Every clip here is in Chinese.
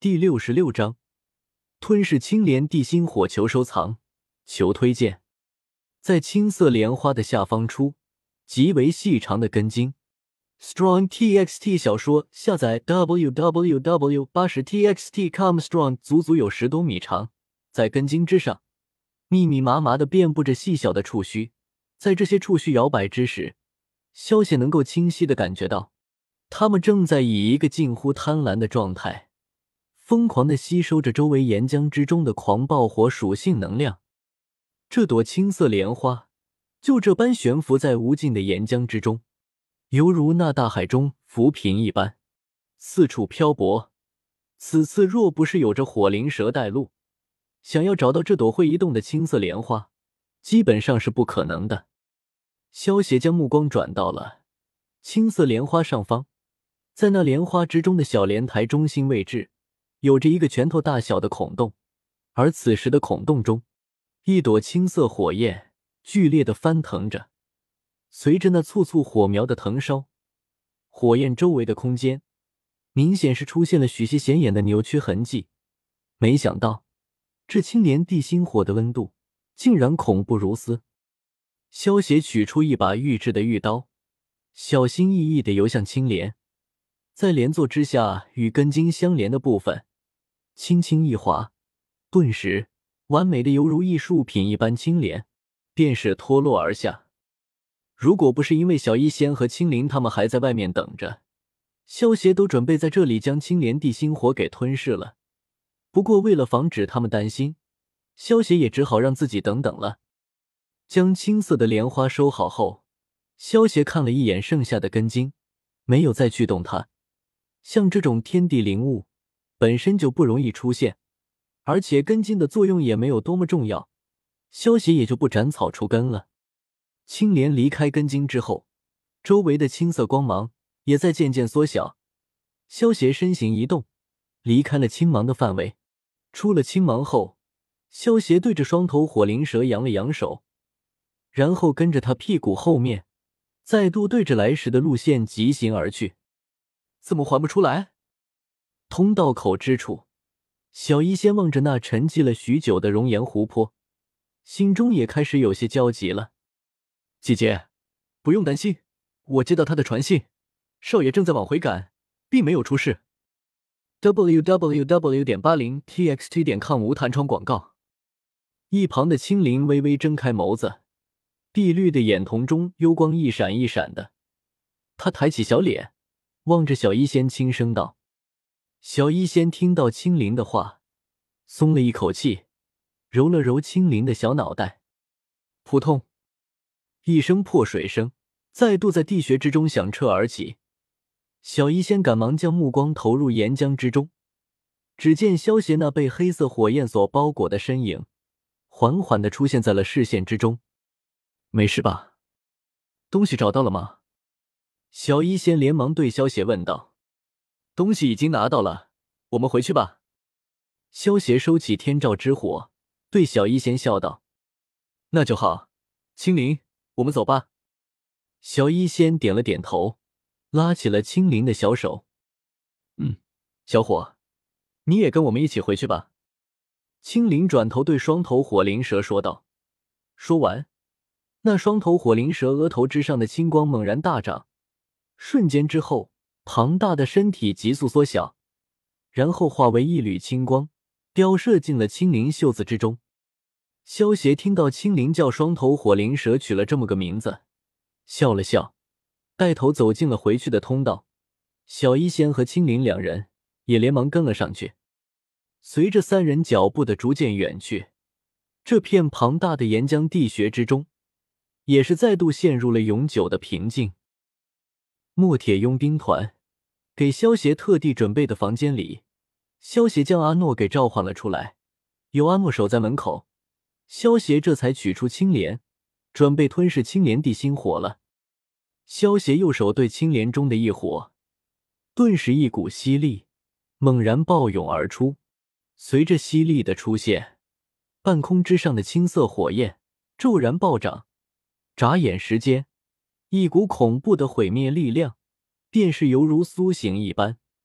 第66章吞噬青莲地心火球收藏，求推荐。在青色莲花的下方处，极为细长的根茎。Strong TXT 小说下载 www.80txt.com Strong 足足有10多米长，在根茎之上，密密麻麻地遍布着细小的触须。在这些触须摇摆之时，萧协能够清晰地感觉到，它们正在以一个近乎贪婪的状态，疯狂地吸收着周围岩浆之中的狂暴火属性能量。这朵青色莲花就这般悬浮在无尽的岩浆之中，犹如那大海中浮萍一般，四处漂泊。此次若不是有着火灵蛇带路，想要找到这朵会移动的青色莲花，基本上是不可能的。萧协将目光转到了青色莲花上方，在那莲花之中的小莲台中心位置，有着一个拳头大小的孔洞，而此时的孔洞中，一朵青色火焰剧烈地翻腾着。随着那簇簇火苗的腾烧，火焰周围的空间明显是出现了许些显眼的扭曲痕迹。没想到这青莲地心火的温度竟然恐怖如斯。萧协取出一把预制的玉刀，小心翼翼地游向青莲，在莲座之下与根茎相连的部分轻轻一划，顿时完美的犹如艺术品一般，青莲便是脱落而下。如果不是因为小医仙和青灵他们还在外面等着，萧协都准备在这里将青莲地心火给吞噬了。不过为了防止他们担心，萧协也只好让自己等等了。将青色的莲花收好后，萧协看了一眼剩下的根茎，没有再去动它。像这种天地灵物本身就不容易出现，而且根茎的作用也没有多么重要，萧协也就不斩草除根了。青莲离开根茎之后，周围的青色光芒也在渐渐缩小。萧协身形一动，离开了青芒的范围。出了青芒后，萧协对着双头火灵蛇扬了扬手，然后跟着他屁股后面，再度对着来时的路线疾行而去。怎么还不出来？通道口之处，小医仙望着那沉寂了许久的熔岩湖泊，心中也开始有些焦急了。姐姐，不用担心，我接到他的传信，少爷正在往回赶，并没有出事。www.80txt.com 无弹窗广告。一旁的青灵微微睁开眸子，碧绿的眼瞳中幽光一闪一闪的，他抬起小脸，望着小医仙轻声道。小医仙听到青灵的话，松了一口气，揉了揉青灵的小脑袋。扑通一声破水声再度在地穴之中响彻而起。小医仙赶忙将目光投入岩浆之中，只见萧协那被黑色火焰所包裹的身影缓缓地出现在了视线之中。没事吧？东西找到了吗？小医仙连忙对萧协问道。东西已经拿到了，我们回去吧。萧协收起天照之火，对小医仙笑道。那就好，青灵，我们走吧。小医仙点了点头，拉起了青灵的小手。小伙，你也跟我们一起回去吧。青灵转头对双头火灵蛇说道。说完，那双头火灵蛇额头之上的青光猛然大涨，瞬间之后，庞大的身体急速缩小，然后化为一缕青光，飙射进了青灵袖子之中。萧协听到青灵叫双头火灵蛇取了这么个名字，笑了笑，带头走进了回去的通道。小医仙和青灵两人也连忙跟了上去。随着三人脚步的逐渐远去，这片庞大的岩浆地穴之中也是再度陷入了永久的平静。墨铁佣兵团给萧协特地准备的房间里，萧协将阿诺给召唤了出来，有阿诺守在门口，萧协这才取出青莲，准备吞噬青莲地心火了。萧协右手对青莲中的一火，顿时一股吸力猛然暴涌而出。随着吸力的出现，半空之上的青色火焰骤然暴涨，眨眼时间，一股恐怖的毁灭力量便是犹如苏醒一般，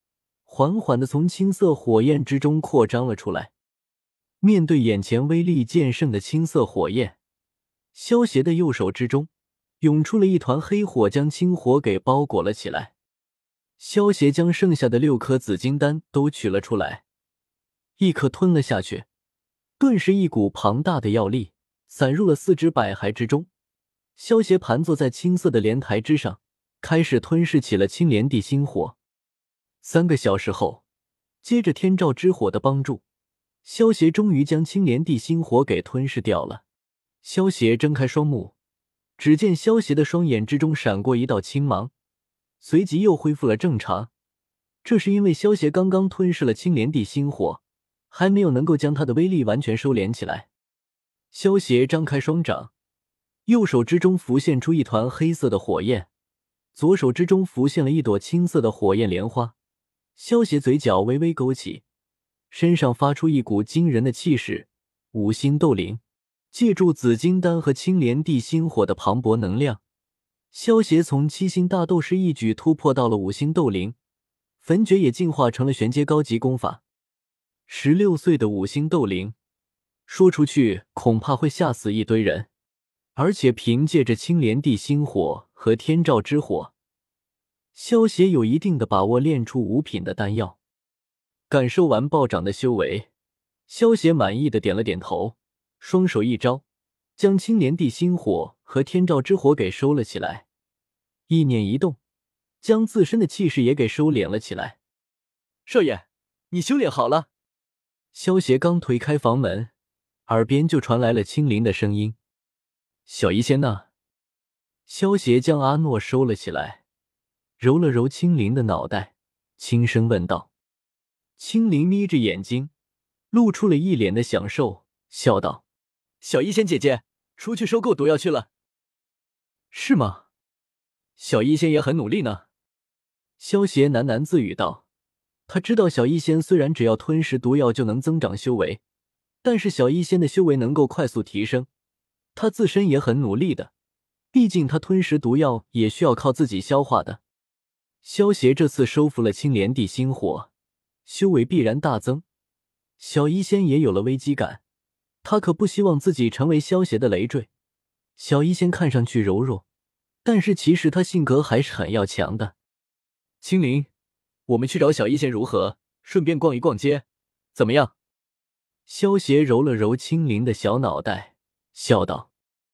缓缓地从青色火焰之中扩张了出来。面对眼前威力渐盛的青色火焰，萧协的右手之中涌出了一团黑火，将青火给包裹了起来。萧协将剩下的6颗紫金丹都取了出来，一颗吞了下去，顿时一股庞大的药力散入了4肢百骸之中。萧协盘坐在青色的莲台之上，开始吞噬起了青莲地心火。3个小时后，接着天照之火的帮助，萧协终于将青莲地心火给吞噬掉了。萧协睁开双目，只见萧协的双眼之中闪过一道青芒，随即又恢复了正常。这是因为萧协刚刚吞噬了青莲地心火，还没有能够将它的威力完全收敛起来。萧协张开双掌，右手之中浮现出一团黑色的火焰，左手之中浮现了一朵青色的火焰莲花。萧协嘴角微微勾起，身上发出一股惊人的气势，五星斗灵。借助紫金丹和青莲地心火的磅礴能量，萧协从7星大斗士一举突破到了5星斗灵，焚诀也进化成了玄阶高级功法。16岁的5星斗灵，说出去恐怕会吓死一堆人。而且凭借着青莲地心火和天照之火，萧协有一定的把握炼出5品的丹药。感受完暴涨的修为，萧协满意的点了点头，双手一招，将青莲地心火和天照之火给收了起来，意念一动，将自身的气势也给收敛了起来。 少爷，你修炼好了。 萧协刚推开房门，耳边就传来了青灵的声音。小医仙呢？萧协将阿诺收了起来，揉了揉青灵的脑袋，轻声问道。青灵眯着眼睛，露出了一脸的享受，笑道： 小医仙姐姐出去收购毒药去了。 是吗？ 小医仙也很努力呢。 萧协喃喃自语道。他知道小医仙虽然只要吞食毒药就能增长修为，但是小医仙的修为能够快速提升，他自身也很努力的，毕竟他吞食毒药也需要靠自己消化的。萧协这次收服了青莲地心火，修为必然大增，小医仙也有了危机感，他可不希望自己成为萧协的累赘。小医仙看上去柔弱，但是其实他性格还是很要强的。 青灵，我们去找小医仙如何？顺便逛一逛街，怎么样？ 萧协揉了揉青灵的小脑袋，笑道：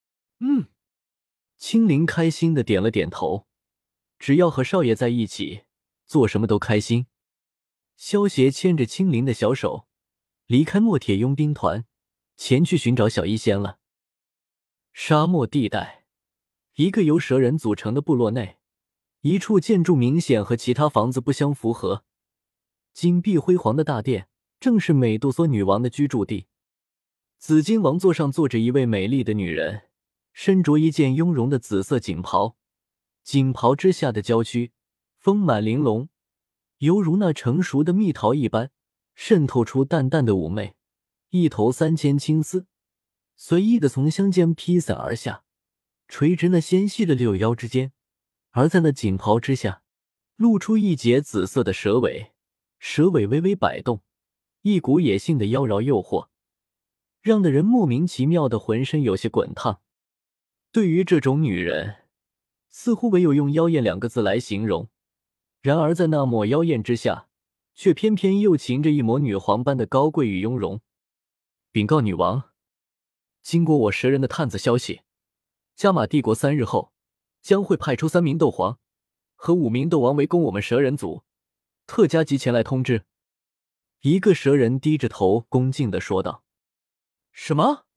青灵开心的点了点头，只要和少爷在一起，做什么都开心。萧协牵着青灵的小手，离开墨铁佣兵团，前去寻找小医仙了。沙漠地带，一个由蛇人组成的部落内，一处建筑明显和其他房子不相符合，金碧辉煌的大殿正是美杜莎女王的居住地。紫金王座上坐着一位美丽的女人，身着一件雍容的紫色锦袍，锦袍之下的娇躯丰满玲珑，犹如那成熟的蜜桃一般，渗透出淡淡的妩媚。一头3000青丝随意的从香间披散而下，垂直那纤细的柳腰之间，而在那锦袍之下露出一截紫色的蛇尾，蛇尾微微摆动，一股野性的妖娆诱惑，让的人莫名其妙的浑身有些滚烫。对于这种女人，似乎唯有用妖艳2个字来形容，然而在那抹妖艳之下，却偏偏又噙着一抹女皇般的高贵与雍容。禀告女王，经过我蛇人的探子消息，加玛帝国3日后将会派出3名斗皇和5名斗王围攻我们蛇人族，特加急前来通知。一个蛇人低着头恭敬地说道。 什么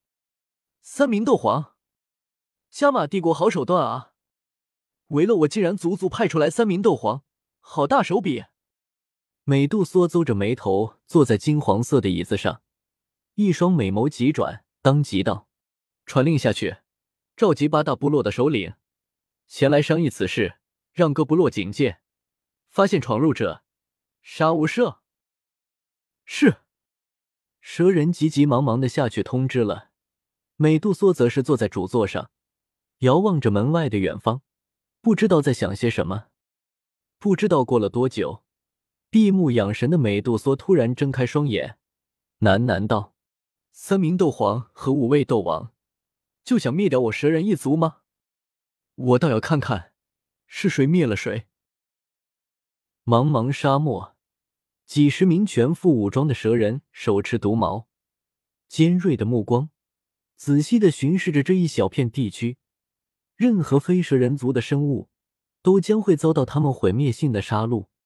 ？3名斗皇？加玛帝国好手段啊！围了我竟然足足派出来3名斗皇，好大手笔！ 美杜莎皱着眉头坐在金黄色的椅子上，一双美眸急转，当即道：传令下去，召集8大部落的首领前来商议此事，让各部落警戒，发现闯入者杀无赦。是。蛇人急急忙忙地下去通知了，美杜莎则是坐在主座上，遥望着门外的远方，不知道在想些什么。不知道过了多久， 闭目养神的美杜莎突然睁开双眼，喃喃道： 三名斗皇和五位斗王就想灭掉我蛇人一族吗？我倒要看看是谁灭了谁。 茫茫沙漠，几十名全副武装的蛇人手持毒矛，尖锐的目光仔细地巡视着这一小片地区，任何非蛇人族的生物都将会遭到他们毁灭性的杀戮。